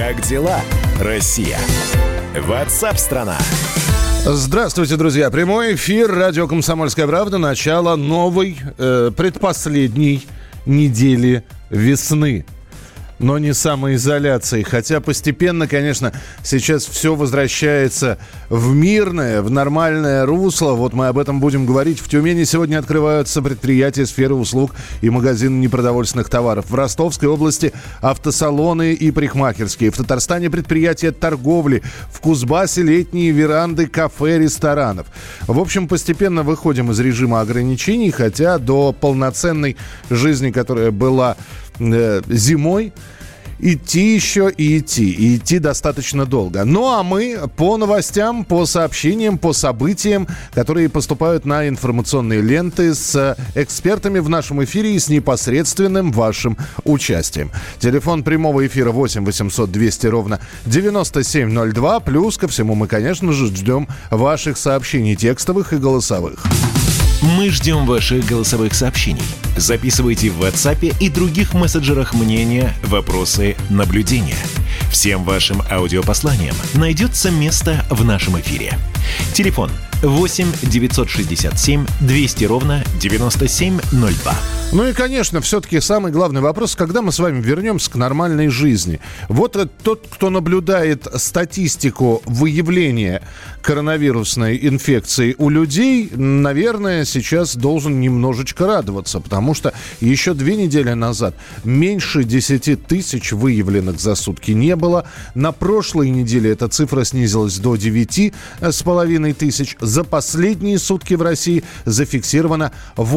Как дела, Россия? WhatsApp-страна. Здравствуйте, друзья. Прямой эфир радио «Комсомольская правда». Начало новой, предпоследней недели весны. Но не самоизоляции. Хотя постепенно, конечно, сейчас все возвращается в мирное, в нормальное русло. Вот мы об этом будем говорить. В Тюмени сегодня открываются предприятия сферы услуг и магазины непродовольственных товаров. В Ростовской области автосалоны и парикмахерские. В Татарстане предприятия торговли. В Кузбассе летние веранды кафе, ресторанов. В общем, постепенно выходим из режима ограничений, хотя до полноценной жизни, которая была зимой, идти еще и идти достаточно долго. Ну а мы по новостям, по сообщениям, по событиям, которые поступают на информационные ленты с экспертами в нашем эфире и с непосредственным вашим участием. Телефон прямого эфира 8 800 200 ровно 9702. Плюс ко всему мы, конечно же, ждем ваших сообщений текстовых и голосовых. Мы ждем ваших голосовых сообщений. Записывайте в WhatsApp и других мессенджерах мнения, вопросы, наблюдения. Всем вашим аудиопосланиям найдется место в нашем эфире. Телефон 8 967 200 ровно 9702. Ну и, конечно, все-таки самый главный вопрос, когда мы с вами вернемся к нормальной жизни. Вот тот, кто наблюдает статистику выявления коронавирусной инфекции у людей, наверное, сейчас должен немножечко радоваться, потому что еще 2 недели назад меньше 10 тысяч выявленных за сутки не было. На прошлой неделе эта цифра снизилась до 9,5 тысяч. За последние сутки в России зафиксировано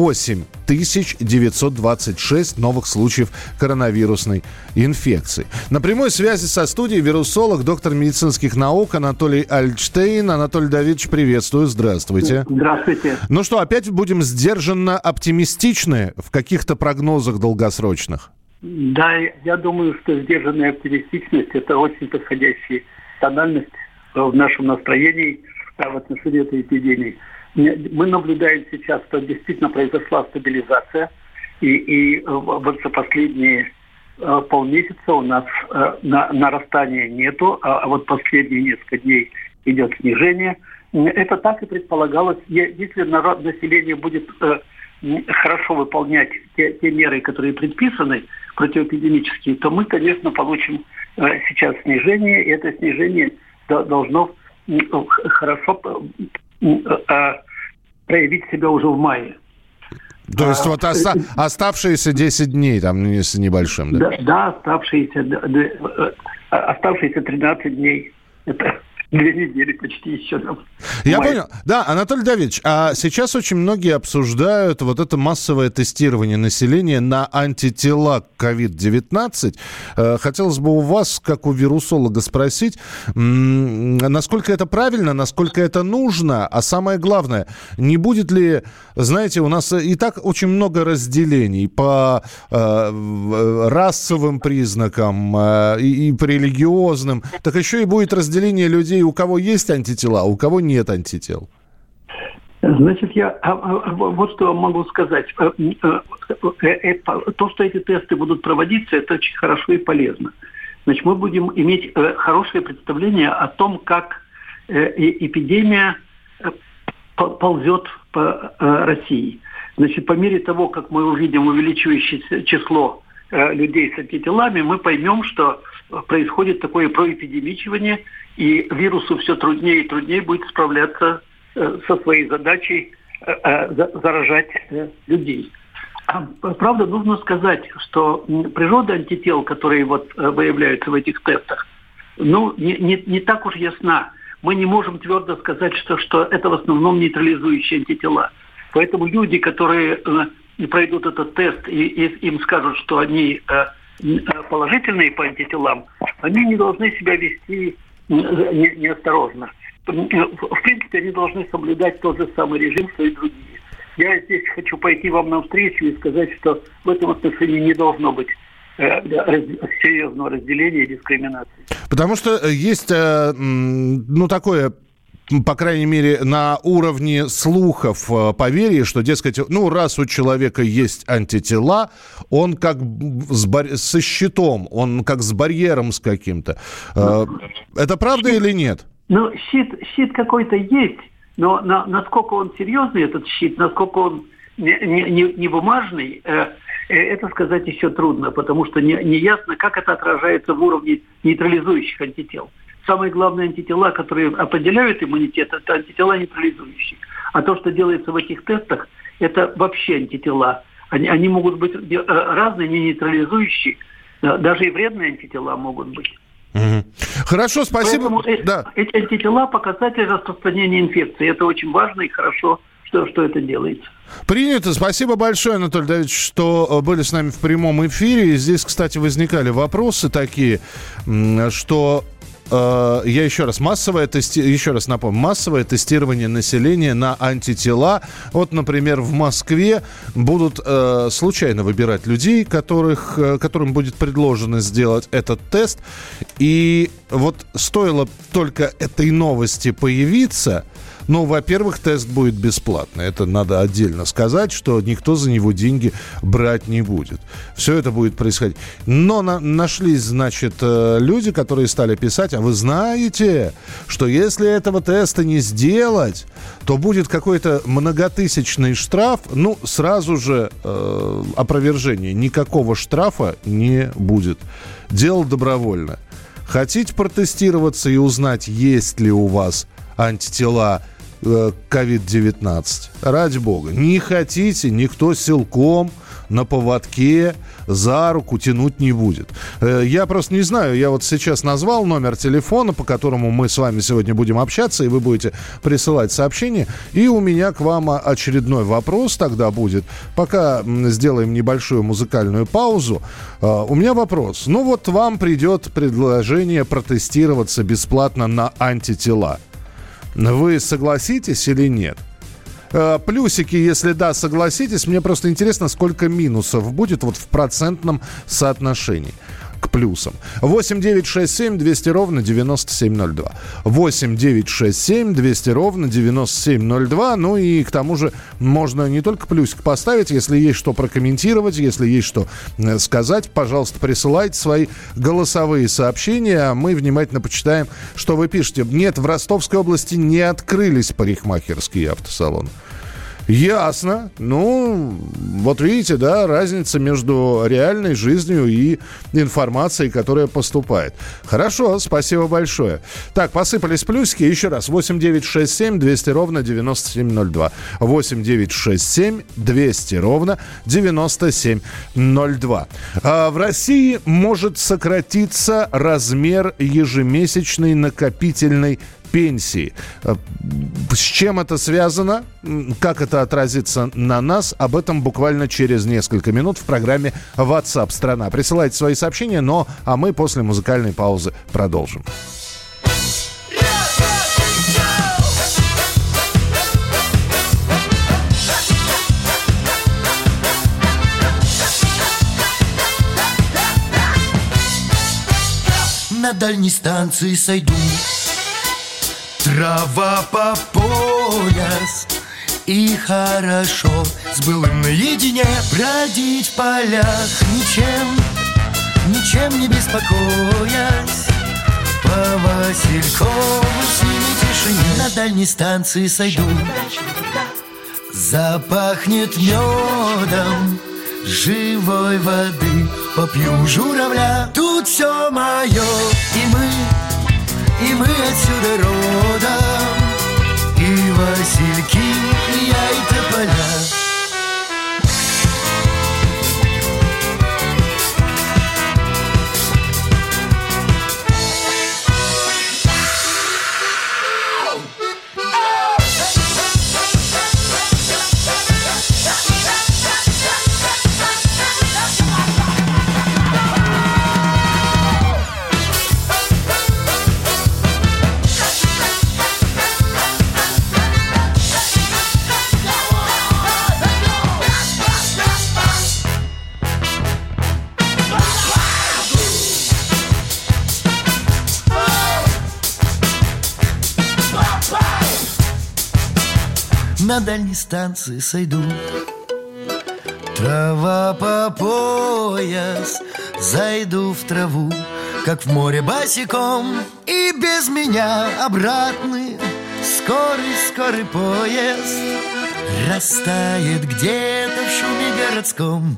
8926 новых случаев коронавирусной инфекции. На прямой связи со студией вирусолог, доктор медицинских наук Анатолий Альтштейн. Анатолий Давидович, приветствую. Здравствуйте. Здравствуйте. Ну что, опять будем сдержанно оптимистичны в каких-то прогнозах долгосрочных? Да, я думаю, что сдержанная оптимистичность – это очень подходящая тональность в нашем настроении в отношении этой эпидемии. Мы наблюдаем сейчас, что действительно произошла стабилизация, и вот за последние полмесяца у нас нарастания нету, а вот последние несколько дней идет снижение. Это так и предполагалось. Если население будет хорошо выполнять те меры, которые предписаны, противоэпидемические, то мы, конечно, получим сейчас снижение, и это снижение должно хорошо проявить себя уже в мае. То есть вот оставшиеся 10 дней, там, с небольшим, да? Да, оставшиеся 13 дней. Это 2 недели почти еще там. Я понял. Да, Анатолий Давидович, а сейчас очень многие обсуждают вот это массовое тестирование населения на антитела к COVID-19. Хотелось бы у вас, как у вирусолога, спросить, насколько это правильно, насколько это нужно, а самое главное, не будет ли, знаете, у нас и так очень много разделений по расовым признакам и по религиозным, так еще и будет разделение людей, у кого есть антитела, а у кого нет антител. Значит, я вот что могу сказать. То, что эти тесты будут проводиться, это очень хорошо и полезно. Значит, мы будем иметь хорошее представление о том, как эпидемия ползет по России. Значит, по мере того, как мы увидим увеличивающееся число людей с антителами, мы поймем, что происходит такое проэпидемичивание, и вирусу все труднее и труднее будет справляться со своей задачей заражать людей. Правда, нужно сказать, что природа антител, которые вот выявляются в этих тестах, не так уж ясна. Мы не можем твердо сказать, что это в основном нейтрализующие антитела. Поэтому люди, которые пройдут этот тест и им скажут, что они положительные по антителам, они не должны себя вести неосторожно. В принципе, они должны соблюдать тот же самый режим, что и другие. Я здесь хочу пойти вам навстречу и сказать, что в этом отношении не должно быть серьезного разделения и дискриминации. Потому что есть, такое по крайней мере, на уровне слухов поверье, что, дескать, раз у человека есть антитела, он как со щитом, он как с барьером с каким-то. Это правда или нет? Щит какой-то есть, но насколько он серьезный, этот щит, насколько он не бумажный, это сказать еще трудно, потому что не ясно, как это отражается в уровне нейтрализующих антител. Самые главные антитела, которые определяют иммунитет, это антитела нейтрализующие. А то, что делается в этих тестах, это вообще антитела. Они могут быть разные, не нейтрализующие. Даже и вредные антитела могут быть. Хорошо, спасибо. Поэтому эти антитела – показатель распространения инфекции. Это очень важно и хорошо, что это делается. Принято. Спасибо большое, Анатолий Давидович, что были с нами в прямом эфире. И здесь, кстати, возникали вопросы такие, что... Я еще раз напомню, массовое тестирование населения на антитела. Вот, например, в Москве будут случайно выбирать людей, которым будет предложено сделать этот тест. И вот стоило только этой новости появиться, во-первых, тест будет бесплатный. Это надо отдельно сказать, что никто за него деньги брать не будет. Все это будет происходить. Но нашлись, значит, люди, которые стали писать, а вы знаете, что если этого теста не сделать, то будет какой-то многотысячный штраф. Сразу же опровержение. Никакого штрафа не будет. Дело добровольно. Хотите протестироваться и узнать, есть ли у вас антитела COVID-19. Ради бога. Не хотите, никто силком на поводке за руку тянуть не будет. Я просто не знаю, я вот сейчас назвал номер телефона, по которому мы с вами сегодня будем общаться, и вы будете присылать сообщения. И у меня к вам очередной вопрос тогда будет. Пока сделаем небольшую музыкальную паузу. У меня вопрос. Вам придет предложение протестироваться бесплатно на антитела. Вы согласитесь или нет? Плюсики, если да, согласитесь. Мне просто интересно, сколько минусов будет в процентном соотношении к плюсам. 8 9 6 7 200 ровно 9702. 8 9 6 7 200 ровно 9702. И к тому же можно не только плюсик поставить, если есть что прокомментировать, если есть что сказать, пожалуйста, присылайте свои голосовые сообщения, а мы внимательно почитаем, что вы пишете. Нет, в Ростовской области не открылись парикмахерские автосалоны. Ясно. Видите, да, разница между реальной жизнью и информацией, которая поступает. Хорошо, спасибо большое. Так, посыпались плюсики. Еще раз. 8 9 6 7 200 ровно 9702. 8 9 6 7 200 ровно 9702. В России может сократиться размер ежемесячной накопительной пенсии. С чем это связано? Как это отразится на нас? Об этом буквально через несколько минут в программе WhatsApp страна. Присылайте свои сообщения, а мы после музыкальной паузы продолжим. На дальней станции сойду, трава по пояс, и хорошо с былым наедине бродить в полях, ничем не беспокоясь, по Васильковой синей тишине. На дальней станции сойду, запахнет медом живой воды, попью журавля. Тут все мое, и мы отсюда родом, и васильки, и я, и тополя. на дальней станции сойду. Трава по пояс, зайду в траву, как в море босиком, и без меня обратный скорый поезд растает где-то в шуме городском.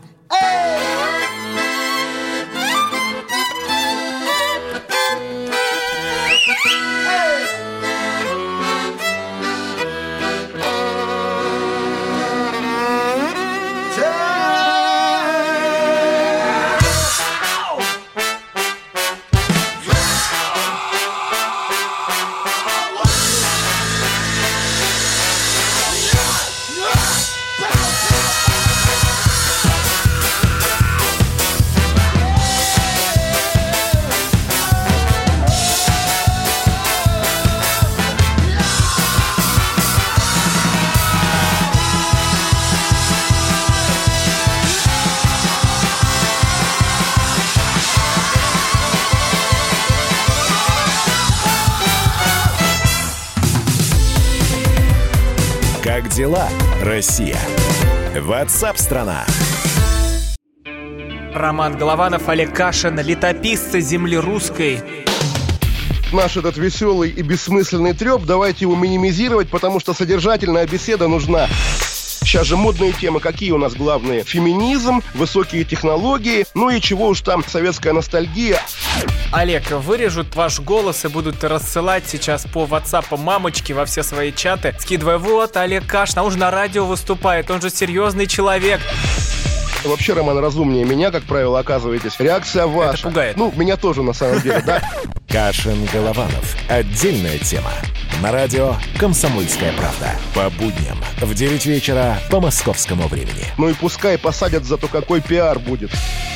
Как дела, Россия? WhatsApp-страна. Роман Голованов, Олег Кашин, летописцы земли русской. Наш этот веселый и бессмысленный треп, давайте его минимизировать, потому что содержательная беседа нужна. Сейчас же модные темы, какие у нас главные? Феминизм, высокие технологии, ну и чего уж там, советская ностальгия. Олег, вырежут ваш голос и будут рассылать сейчас по WhatsApp мамочки во все свои чаты, скидывая: вот, Олег Кашин, он же на радио выступает, он же серьезный человек. Вообще, Роман, разумнее меня, как правило, оказываетесь. Реакция ваша. Это пугает. Ну, меня тоже, на самом деле, да. Кашин-Голованов. Отдельная тема. На радио «Комсомольская правда». По будням в 9 вечера по московскому времени. Ну и пускай посадят, зато какой пиар будет.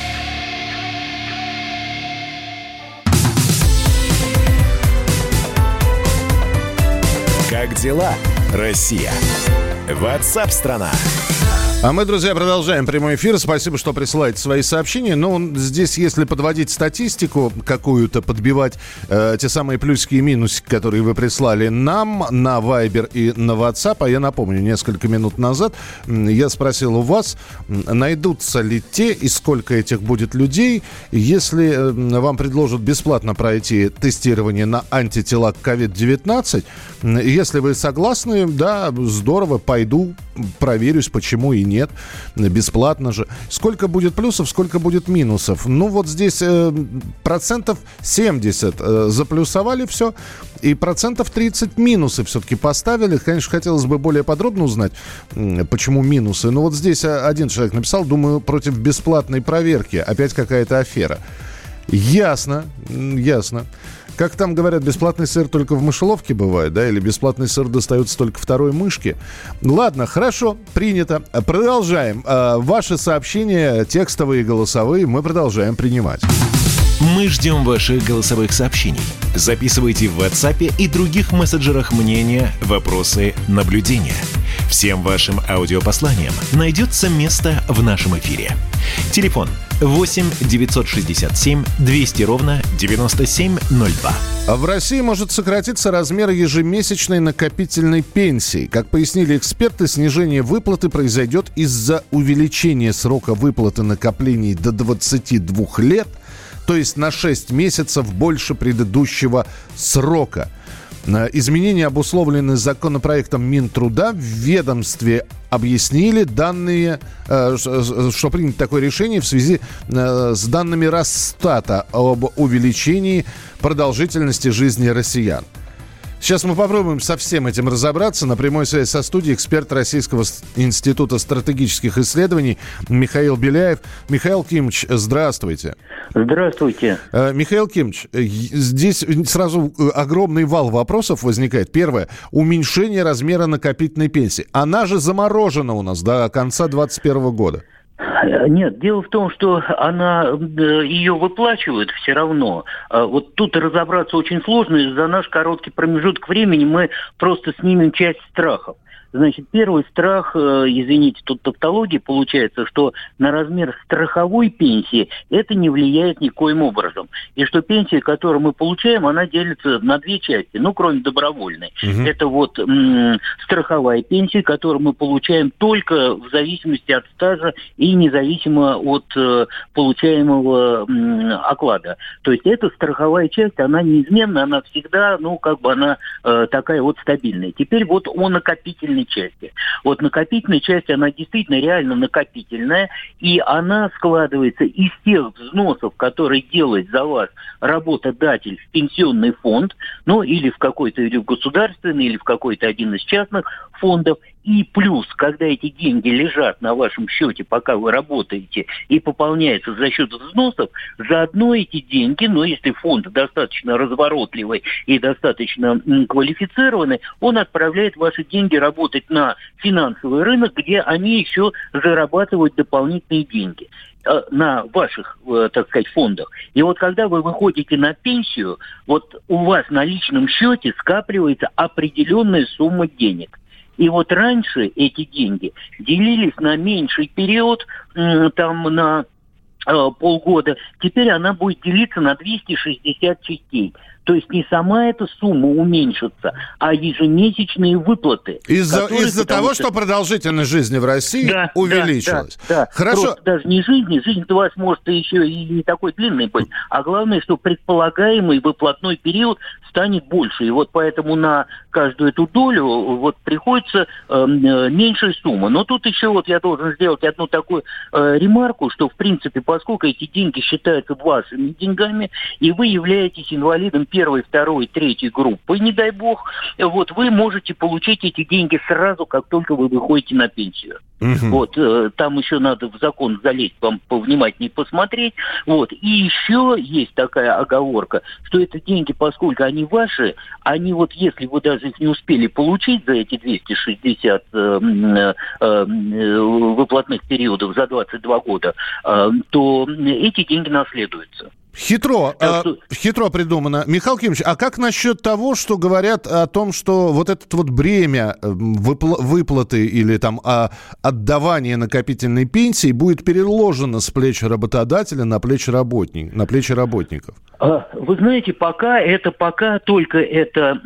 Как дела, Россия? WhatsApp-страна. А мы, друзья, продолжаем прямой эфир. Спасибо, что присылаете свои сообщения. Но здесь, если подводить статистику какую-то, подбивать те самые плюсики и минусики, которые вы прислали нам на Viber и на WhatsApp, а я напомню, несколько минут назад я спросил у вас, найдутся ли те и сколько этих будет людей, если вам предложат бесплатно пройти тестирование на антитела к COVID-19. Если вы согласны, да, здорово, пойду, проверюсь, почему и нет, бесплатно же. Сколько будет плюсов, сколько будет минусов? Ну, вот здесь процентов 70 заплюсовали все, и процентов 30 минусы все-таки поставили. Конечно, хотелось бы более подробно узнать, почему минусы. Но вот здесь один человек написал: думаю, против бесплатной проверки. Опять какая-то афера. Ясно, ясно. Как там говорят, бесплатный сыр только в мышеловке бывает, да? Или бесплатный сыр достается только второй мышке. Ладно, хорошо, принято. Продолжаем. Ваши сообщения, текстовые и голосовые, мы продолжаем принимать. Мы ждем ваших голосовых сообщений. Записывайте в WhatsApp и других мессенджерах мнения, вопросы, наблюдения. Всем вашим аудиопосланиям найдется место в нашем эфире. Телефон 8 967 200 ровно 9702. В России может сократиться размер ежемесячной накопительной пенсии. Как пояснили эксперты, снижение выплаты произойдет из-за увеличения срока выплаты накоплений до 22 лет, то есть на 6 месяцев больше предыдущего срока. Изменения обусловлены законопроектом Минтруда. В ведомстве объяснили данные, что принято такое решение в связи с данными Росстата об увеличении продолжительности жизни россиян. Сейчас мы попробуем со всем этим разобраться. На прямой связи со студией эксперт Российского института стратегических исследований Михаил Беляев. Михаил Кимович, здравствуйте. Здравствуйте. Михаил Кимович, здесь сразу огромный вал вопросов возникает. Первое. Уменьшение размера накопительной пенсии. Она же заморожена у нас до конца 2021 года. Нет, дело в том, что ее выплачивают все равно. Вот тут разобраться очень сложно, и за наш короткий промежуток времени мы просто снимем часть страхов. Значит, первый страх, извините, тут тавтология получается, что на размер страховой пенсии это не влияет никоим образом. И что пенсия, которую мы получаем, она делится на две части, ну, кроме добровольной. Угу. Это вот страховая пенсия, которую мы получаем только в зависимости от стажа и независимо от получаемого оклада. То есть эта страховая часть, она неизменна, она всегда, ну, как бы она такая вот стабильная. Теперь вот о накопительной части. Вот накопительная часть, она действительно реально накопительная, и она складывается из тех взносов, которые делает за вас работодатель в пенсионный фонд, ну, или в какой-то, или в государственный, или в какой-то один из частных фондов. И плюс, когда эти деньги лежат на вашем счете, пока вы работаете, и пополняются за счет взносов, заодно эти деньги, но если фонд достаточно разворотливый и достаточно квалифицированный, он отправляет ваши деньги работать на финансовый рынок, где они еще зарабатывают дополнительные деньги на ваших, так сказать, фондах. И вот когда вы выходите на пенсию, вот у вас на личном счете скапливается определенная сумма денег. И вот раньше эти деньги делились на меньший период, там на полгода. Теперь она будет делиться на 260 частей. То есть не сама эта сумма уменьшится, а ежемесячные выплаты. Из-за того, что продолжительность жизни в России увеличилась. Да. Хорошо. Просто даже не жизнь у вас может еще и не такой длинный быть, а главное, что предполагаемый выплатной период станет больше. И вот поэтому на каждую эту долю вот приходится меньшая сумма. Но тут еще вот я должен сделать одну такую ремарку, что в принципе, поскольку эти деньги считаются вашими деньгами, и вы являетесь инвалидом первой, второй, третьей группы, не дай бог, вот вы можете получить эти деньги сразу, как только вы выходите на пенсию. Угу. Вот, там еще надо в закон залезть, вам повнимательнее посмотреть. Вот, и еще есть такая оговорка, что это деньги, поскольку они ваши, они вот, если вы даже их не успели получить за эти 260 выплатных периодов за 22 года, то эти деньги наследуются. Хитро придумано. Михаил Кимович, а как насчет того, что говорят о том, что вот это вот бремя выплаты или там отдавания накопительной пенсии будет переложено с плеч работодателя на плечи работников? Вы знаете, пока только это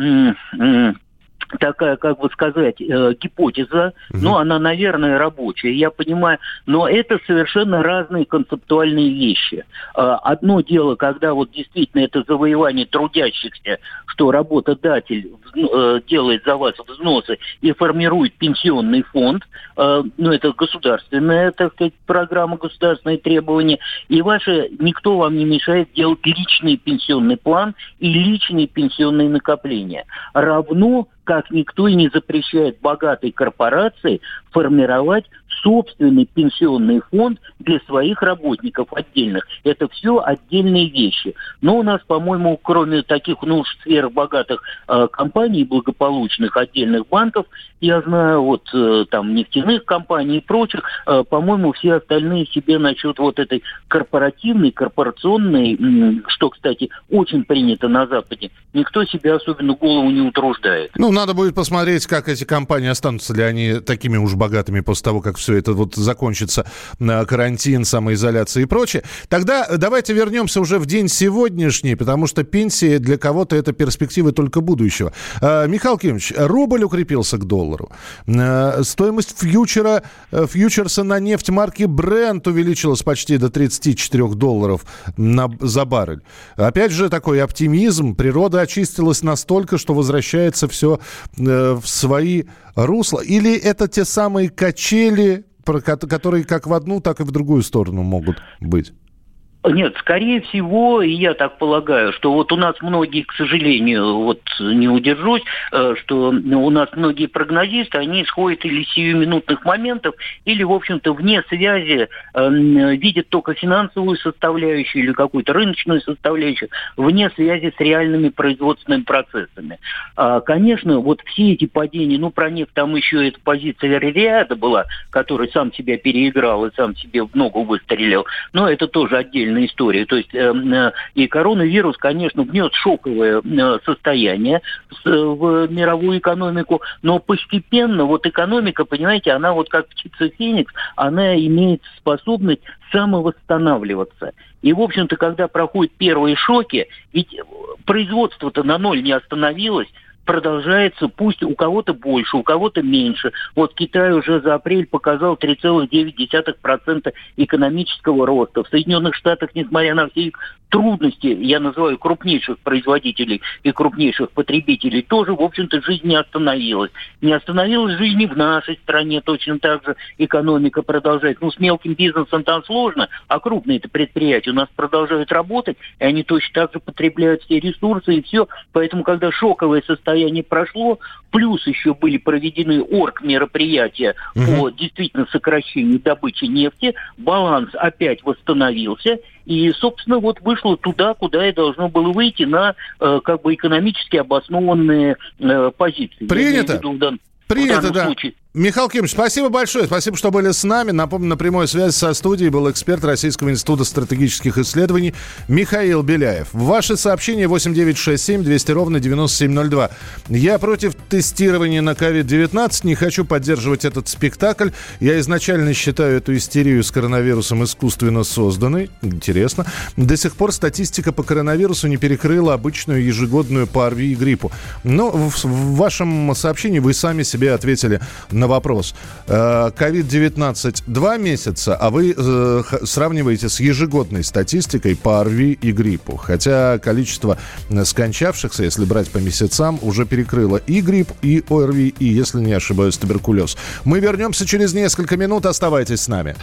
такая, как бы сказать, гипотеза, но она, наверное, рабочая, я понимаю, но это совершенно разные концептуальные вещи. Одно дело, когда вот действительно это завоевание трудящихся, что работодатель делает за вас взносы и формирует пенсионный фонд, ну, это государственная, так сказать, программа, государственные требования, и никто вам не мешает делать личный пенсионный план и личные пенсионные накопления. Равно как никто и не запрещает богатой корпорации формировать собственный пенсионный фонд для своих работников отдельных. Это все отдельные вещи. Но у нас, по-моему, кроме таких, сверхбогатых компаний, благополучных отдельных банков, я знаю, вот там нефтяных компаний и прочих, по-моему, все остальные себе насчет вот этой корпорационной, что, кстати, очень принято на Западе, никто себе особенно голову не утруждает. Надо будет посмотреть, как эти компании останутся ли они такими уж богатыми после того, как все это вот закончится, карантин, самоизоляция и прочее. Тогда давайте вернемся уже в день сегодняшний, потому что пенсии для кого-то это перспективы только будущего. Михаил Кимович, рубль укрепился к доллару. Стоимость фьючерса на нефть марки Brent увеличилась почти до $34 за баррель. Опять же, такой оптимизм. Природа очистилась настолько, что возвращается все в свои русла? Или это те самые качели, которые как в одну, так и в другую сторону могут быть? Нет, скорее всего, и я так полагаю, что вот у нас многие, к сожалению, вот не удержусь, что у нас многие прогнозисты, они исходят или из сиюминутных моментов, или, в общем-то, вне связи видят только финансовую составляющую или какую-то рыночную составляющую, вне связи с реальными производственными процессами. Конечно, вот все эти падения, про нефть там еще эта позиция Риада была, который сам себя переиграл и сам себе в ногу выстрелил, но это тоже отдельно отдельная история. То есть и коронавирус, конечно, внес шоковое состояние в мировую экономику, но постепенно вот экономика, понимаете, она вот как птица Феникс, она имеет способность самовосстанавливаться. И, в общем-то, когда проходят первые шоки, ведь производство-то на ноль не остановилось, продолжается, пусть у кого-то больше, у кого-то меньше. Вот Китай уже за апрель показал 3,9% экономического роста. В Соединенных Штатах, несмотря на все их трудности, я называю крупнейших производителей и крупнейших потребителей, тоже, в общем-то, жизнь не остановилась. Не остановилась жизнь и в нашей стране, точно так же экономика продолжает. Ну, с мелким бизнесом там сложно, а крупные-то предприятия у нас продолжают работать, и они точно так же потребляют все ресурсы и все. Поэтому, когда шоковое состояние прошло, плюс еще были проведены оргмероприятия по действительно сокращению добычи нефти, баланс опять восстановился, и, собственно, вот вышло туда, куда и должно было выйти, на как бы экономически обоснованные позиции. Принято. Принято, да. Случае. Михаил Кимович, спасибо большое. Спасибо, что были с нами. Напомню, на прямой связи со студией был эксперт Российского института стратегических исследований Михаил Беляев. Ваши сообщения 8967-200-97-02. Я против тестирования на COVID-19. Не хочу поддерживать этот спектакль. Я изначально считаю эту истерию с коронавирусом искусственно созданной. Интересно. До сих пор статистика по коронавирусу не перекрыла обычную ежегодную по ОРВИ и гриппу. Но в вашем сообщении вы сами себе ответили на вопрос. COVID-19 2 месяца, а вы сравниваете с ежегодной статистикой по ОРВИ и гриппу. Хотя количество скончавшихся, если брать по месяцам, уже перекрыло и грипп, и ОРВИ, и, если не ошибаюсь, туберкулез. Мы вернемся через несколько минут. Оставайтесь с нами.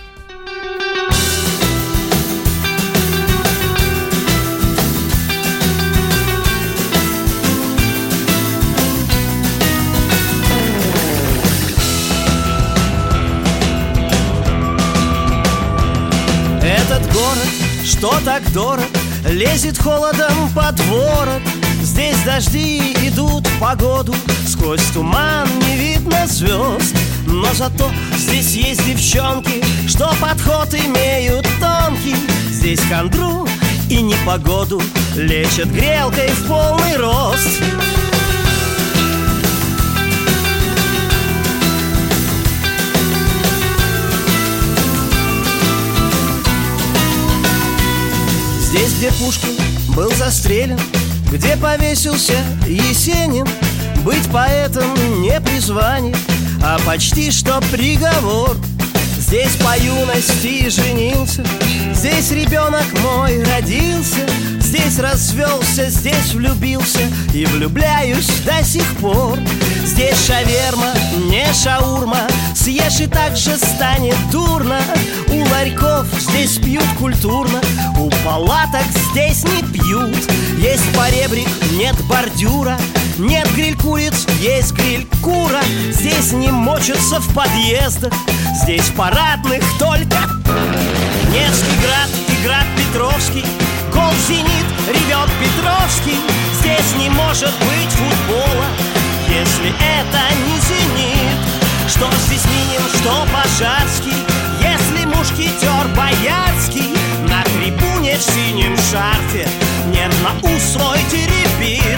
Что так дорог, лезет холодом под ворот. Здесь дожди идут в погоду, сквозь туман не видно звезд. Но зато здесь есть девчонки, что подход имеют тонкий. Здесь хандру и непогоду лечат грелкой в полный рост. Здесь, где Пушкин был застрелен, где повесился Есенин, быть поэтом не призвание, а почти что приговор. Здесь по юности женился, здесь ребенок мой родился, здесь развелся, здесь влюбился и влюбляюсь до сих пор. Здесь шаверма, не шаурма, съешь и так же станет дурно. У ларьков здесь пьют культурно, у палаток здесь не пьют. Есть поребрик, нет бордюра, нет гриль-куриц, есть гриль-кура. Здесь не мочатся в подъездах, здесь парадных только Невский град и град Петровский, гол «Зенит» ревет Петровский. Здесь не может быть футбола, если это не «Зенит». Что здесь Минин, что Пожарский, если мушкетер Боярский на трибуне в синем шарфе нервно ус свой теребит.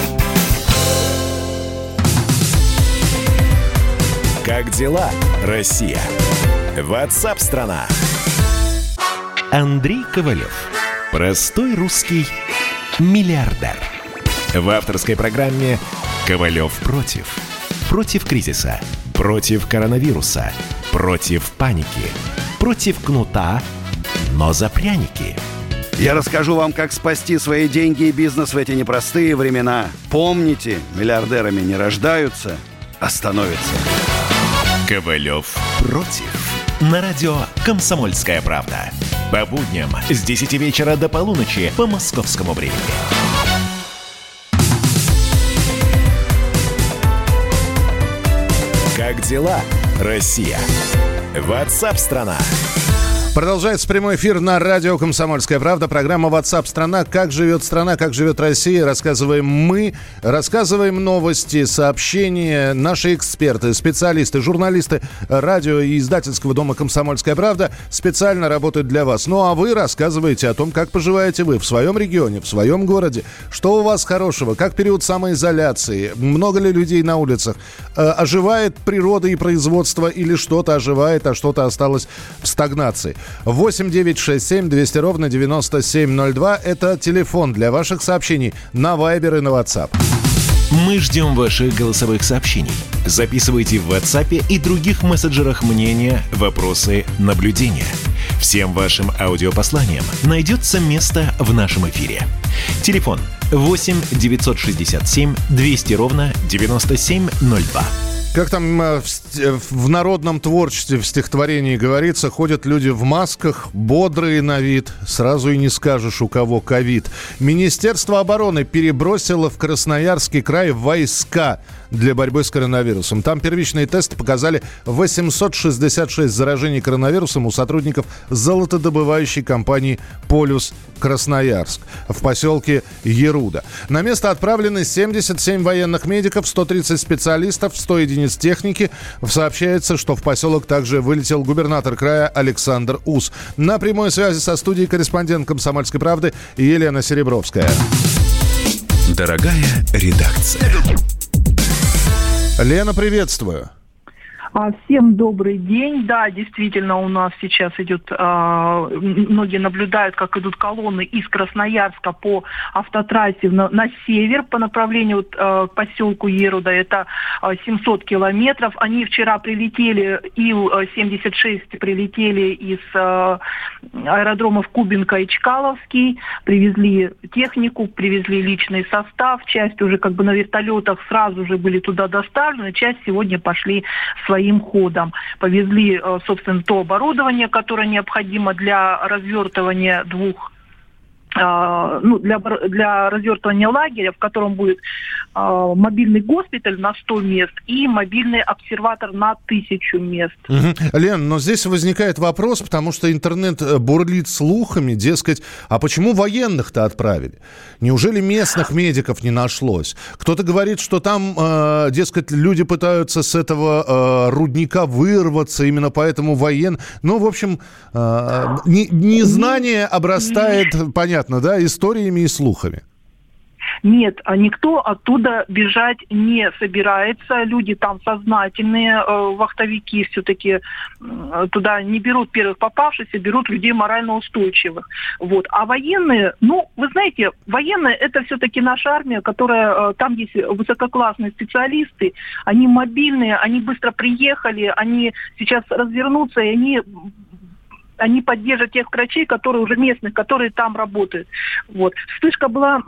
Как дела, Россия? WhatsApp-страна. Андрей Ковалев. Простой русский миллиардер. В авторской программе «Ковалев против». Против кризиса, против коронавируса, против паники, против кнута, но за пряники. Я расскажу вам, как спасти свои деньги и бизнес в эти непростые времена. Помните, миллиардерами не рождаются, а становятся. Ковалев против. На радио «Комсомольская правда». По будням с 10 вечера до полуночи по московскому времени. Как дела, Россия? WhatsApp-страна. Продолжается прямой эфир на радио «Комсомольская правда». Программа WhatsApp страна. Как живет страна, как живет Россия. Рассказываем мы. Рассказываем новости, сообщения. Наши эксперты, специалисты, журналисты радио и издательского дома «Комсомольская правда» специально работают для вас. Ну а вы рассказываете о том, как поживаете вы в своем регионе, в своем городе. Что у вас хорошего? Как период самоизоляции? Много ли людей на улицах? Оживает природа и производство или что-то оживает, а что-то осталось в стагнации? 8 9 6 7 200 ровно 9702. Это телефон для ваших сообщений на Viber и на WhatsApp. Мы ждем ваших голосовых сообщений. Записывайте в WhatsApp и других мессенджерах мнения, вопросы, наблюдения. Всем вашим аудиопосланиям найдется место в нашем эфире. Телефон 8 967 200 ровно 9702. Как там в народном творчестве, в стихотворении говорится, ходят люди в масках, бодрые на вид, сразу и не скажешь, у кого ковид. Министерство обороны перебросило в Красноярский край войска для борьбы с коронавирусом. Там первичные тесты показали 866 заражений коронавирусом у сотрудников золотодобывающей компании «Полюс Красноярск» в поселке Яруда. На место отправлены 77 военных медиков, 130 специалистов, 100 единиц техники. Сообщается, что в поселок также вылетел губернатор края Александр Ус. На прямой связи со студией корреспондент «Комсомольской правды» Елена Серебровская. Дорогая редакция. Лена, приветствую. Всем добрый день. Да, действительно, у нас сейчас идет, многие наблюдают, как идут колонны из Красноярска по автотрассе на север по направлению к поселку Еруда. Это 700 километров. Они вчера прилетели, Ил-76 прилетели из аэродромов Кубинка и Чкаловский, привезли технику, привезли личный состав. Часть уже на вертолетах сразу же были туда доставлены, часть сегодня пошли своим ходом. Повезли, собственно, то оборудование, которое необходимо для развертывания для развертывания лагеря, в котором будет мобильный госпиталь на 100 мест и мобильный обсерватор на 1000 мест. Лен, но здесь возникает вопрос, потому что интернет бурлит слухами, дескать, а почему военных-то отправили? Неужели местных медиков не нашлось? Кто-то говорит, что там, дескать, люди пытаются с этого рудника вырваться, именно поэтому Ну, в общем, незнание обрастает, понятно, да, историями и слухами. Нет, никто оттуда бежать не собирается. Люди там сознательные, вахтовики все-таки туда не берут первых попавшихся, берут людей морально устойчивых. Вот. А военные, вы знаете, военные это все-таки наша армия, которая, там есть высококлассные специалисты, они мобильные, они быстро приехали, они сейчас развернутся, и они поддержат тех врачей, которые уже местных, которые там работают. Вот. Вспышка была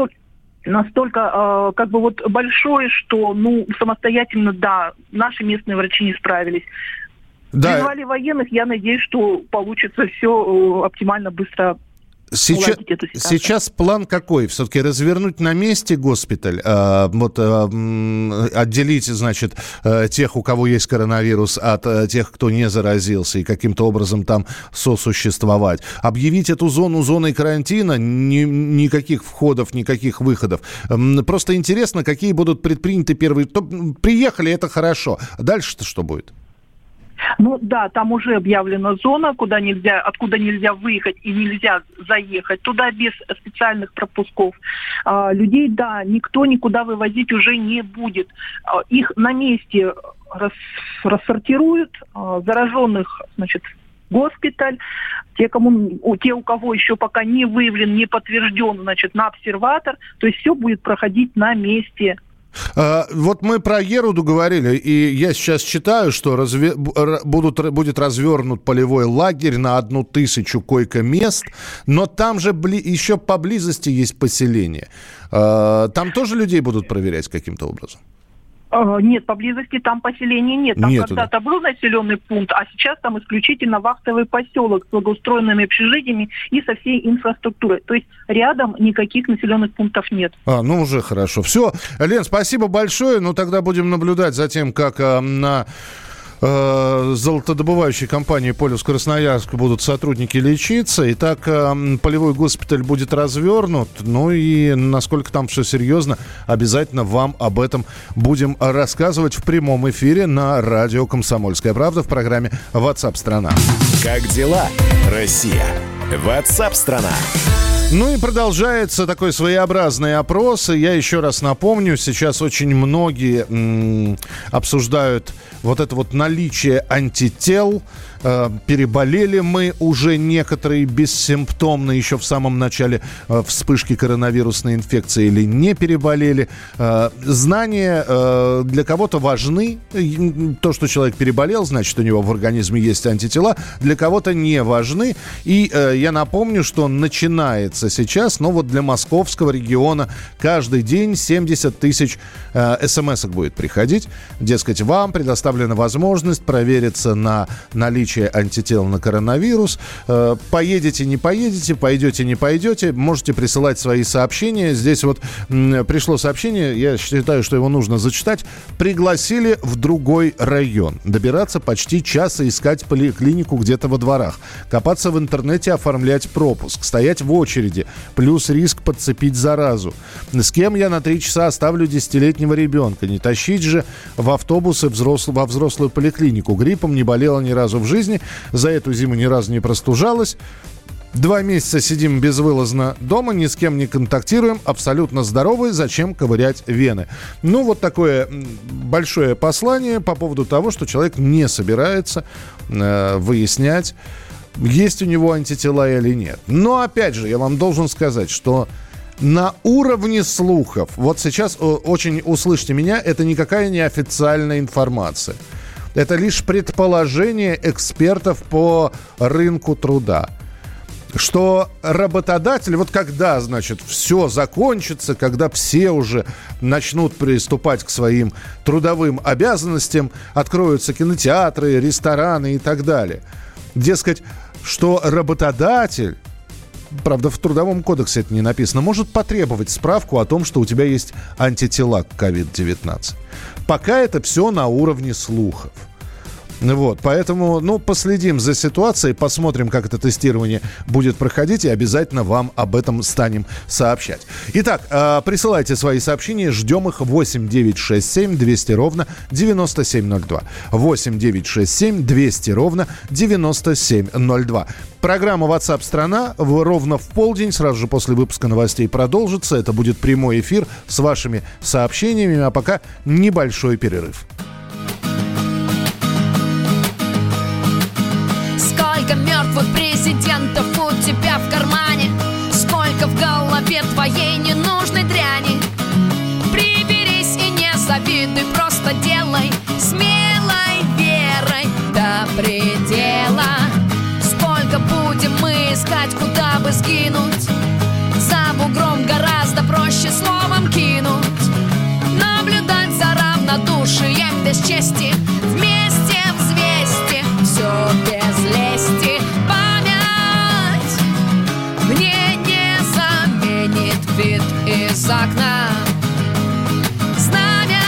настолько большой, что самостоятельно, да, наши местные врачи не справились. Да. Призвали военных, я надеюсь, что получится все оптимально быстро. Сейчас план какой? Все-таки развернуть на месте госпиталь, отделить, значит, тех, у кого есть коронавирус, от тех, кто не заразился, и каким-то образом там сосуществовать. Объявить эту зону зоной карантина, никаких входов, никаких выходов. Просто интересно, какие будут предприняты первые... Приехали, это хорошо. Дальше-то что будет? Да, там уже объявлена зона, откуда нельзя выехать и нельзя заехать. Туда без специальных пропусков. Людей, да, никто никуда вывозить уже не будет. Их на месте рассортируют, зараженных, значит, в госпиталь. Те, у кого еще пока не выявлен, не подтвержден, значит, на обсерватор. То есть все будет проходить на месте. Вот мы про Еруду говорили, и я сейчас читаю, что будет развернут полевой лагерь на 1000 койко-мест, но там же еще поблизости есть поселение. Там тоже людей будут проверять каким-то образом? Нет, поблизости там поселения нет. Там когда-то был населенный пункт, а сейчас там исключительно вахтовый поселок с благоустроенными общежитиями и со всей инфраструктурой. То есть рядом никаких населенных пунктов нет. Уже хорошо. Все. Лен, спасибо большое. Тогда будем наблюдать за тем, как на золотодобывающей компании «Полюс Красноярск» будут сотрудники лечиться. И так полевой госпиталь будет развернут. Ну и насколько там все серьезно, обязательно вам об этом будем рассказывать в прямом эфире на радио «Комсомольская правда» в программе WhatsApp страна. Как дела, Россия? WhatsApp страна. Ну и продолжается такой своеобразный опрос. И я еще раз напомню, сейчас очень многие обсуждают вот это вот наличие антител. Переболели мы уже некоторые бессимптомно еще в самом начале вспышки коронавирусной инфекции или не переболели. Знания для кого-то важны. То, что человек переболел, значит, у него в организме есть антитела. Для кого-то не важны. И я напомню, что начинается сейчас, но вот для московского региона каждый день 70 тысяч смс-ок будет приходить. Дескать, вам предоставлена возможность провериться на наличие антител на коронавирус. Поедете, не поедете, пойдете, не пойдете. Можете присылать свои сообщения. Здесь вот пришло сообщение, я считаю, что его нужно зачитать. Пригласили в другой район. Добираться почти час и искать поликлинику где-то во дворах. Копаться в интернете, оформлять пропуск. Стоять в очереди. Плюс риск подцепить заразу. С кем я на 3 часа оставлю 10-летнего ребенка? Не тащить же в автобусы во взрослую поликлинику. Гриппом не болела ни разу в жизни. За эту зиму ни разу не простужалась. 2 месяца сидим безвылазно дома, ни с кем не контактируем, абсолютно здоровые, зачем ковырять вены? Ну, вот такое большое послание по поводу того, что человек не собирается выяснять, есть у него антитела или нет. Но, опять же, я вам должен сказать, что на уровне слухов, вот сейчас очень услышьте меня, это никакая не официальная информация. Это лишь предположение экспертов по рынку труда. Что работодатель, вот когда, значит, все закончится, когда все уже начнут приступать к своим трудовым обязанностям, откроются кинотеатры, рестораны и так далее. Дескать, что работодатель, правда, в Трудовом кодексе это не написано, может потребовать справку о том, что у тебя есть антитела к COVID-19. Пока это все на уровне слухов. Вот, поэтому, последим за ситуацией, посмотрим, как это тестирование будет проходить, и обязательно вам об этом станем сообщать. Итак, присылайте свои сообщения, ждем их 8 967 200 ровно 9702. 8 967 200 ровно 9702. Программа WhatsApp страна ровно в полдень, сразу же после выпуска новостей продолжится. Это будет прямой эфир с вашими сообщениями, а пока небольшой перерыв. Сколько мертвых президентов у тебя в кармане? Сколько в голове твоей ненужной дряни? Приберись и не завидуй, просто делай смелой верой до предела. Сколько будем мы искать, куда бы сгинуть? За бугром гораздо проще словом кинуть. Наблюдать за равнодушием без чести, вместе взвесьте все без лести. Память мне не заменит вид из окна. Знамя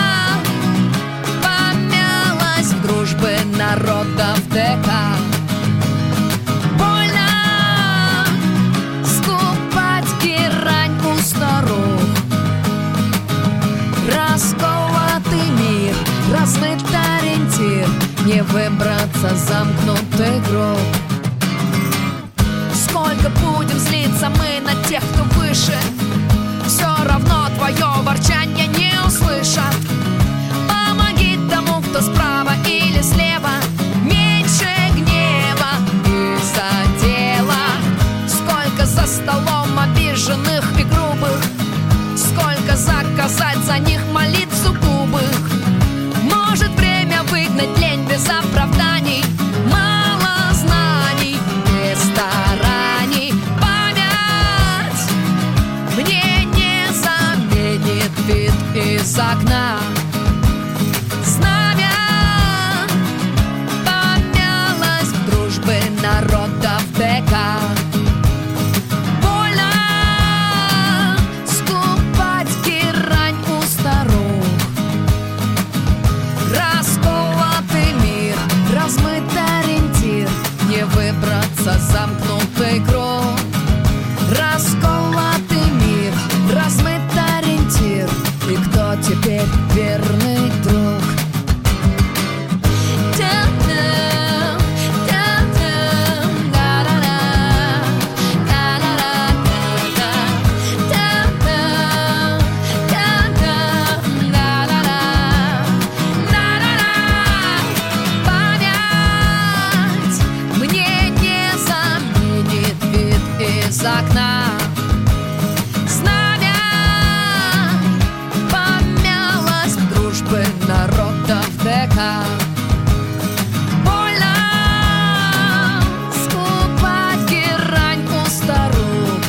помялось в дружбе народов ДК. Больно скупать герань у старух. Расколотый мир, размыт ориентир, не выбраться замкнутый гроб. Сколько будем злиться мы на тех, кто выше, все равно твое ворчанье не услышат. Помоги тому, кто справа или слева, меньше гнева из-за дела. Сколько за столом обиженных и грубых, сколько заказать за них молитв сугубых. Может время выгнать лень без оправданий, мало знаний без стараний. Память мне из окна. Знамя помялось дружбы народов века. Больно скупать герань у старух.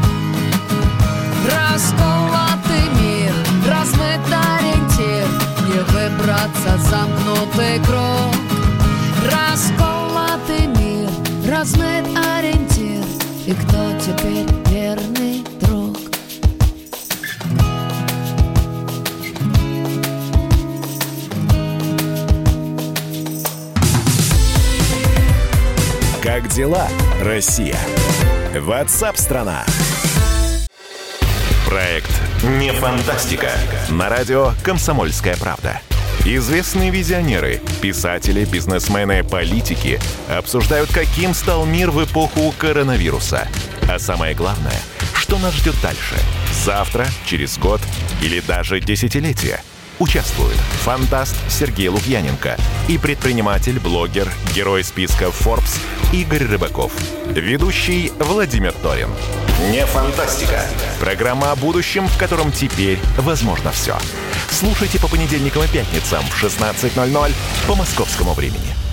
Расколотый мир, размыт ориентир, не выбраться замкнутый круг. Расколотый мир, размыт ориентир, и кто теперь верный друг? Как дела, Россия? WhatsApp-страна. Проект «Не фантастика» на радио «Комсомольская правда». Известные визионеры, писатели, бизнесмены, политики обсуждают, каким стал мир в эпоху коронавируса. А самое главное, что нас ждет дальше? Завтра, через год или даже десятилетие? Участвуют фантаст Сергей Лукьяненко и предприниматель, блогер, герой списка Forbes Игорь Рыбаков. Ведущий Владимир Торин. «Не фантастика». Программа о будущем, в котором теперь возможно все. Слушайте по понедельникам и пятницам в 16:00 по московскому времени.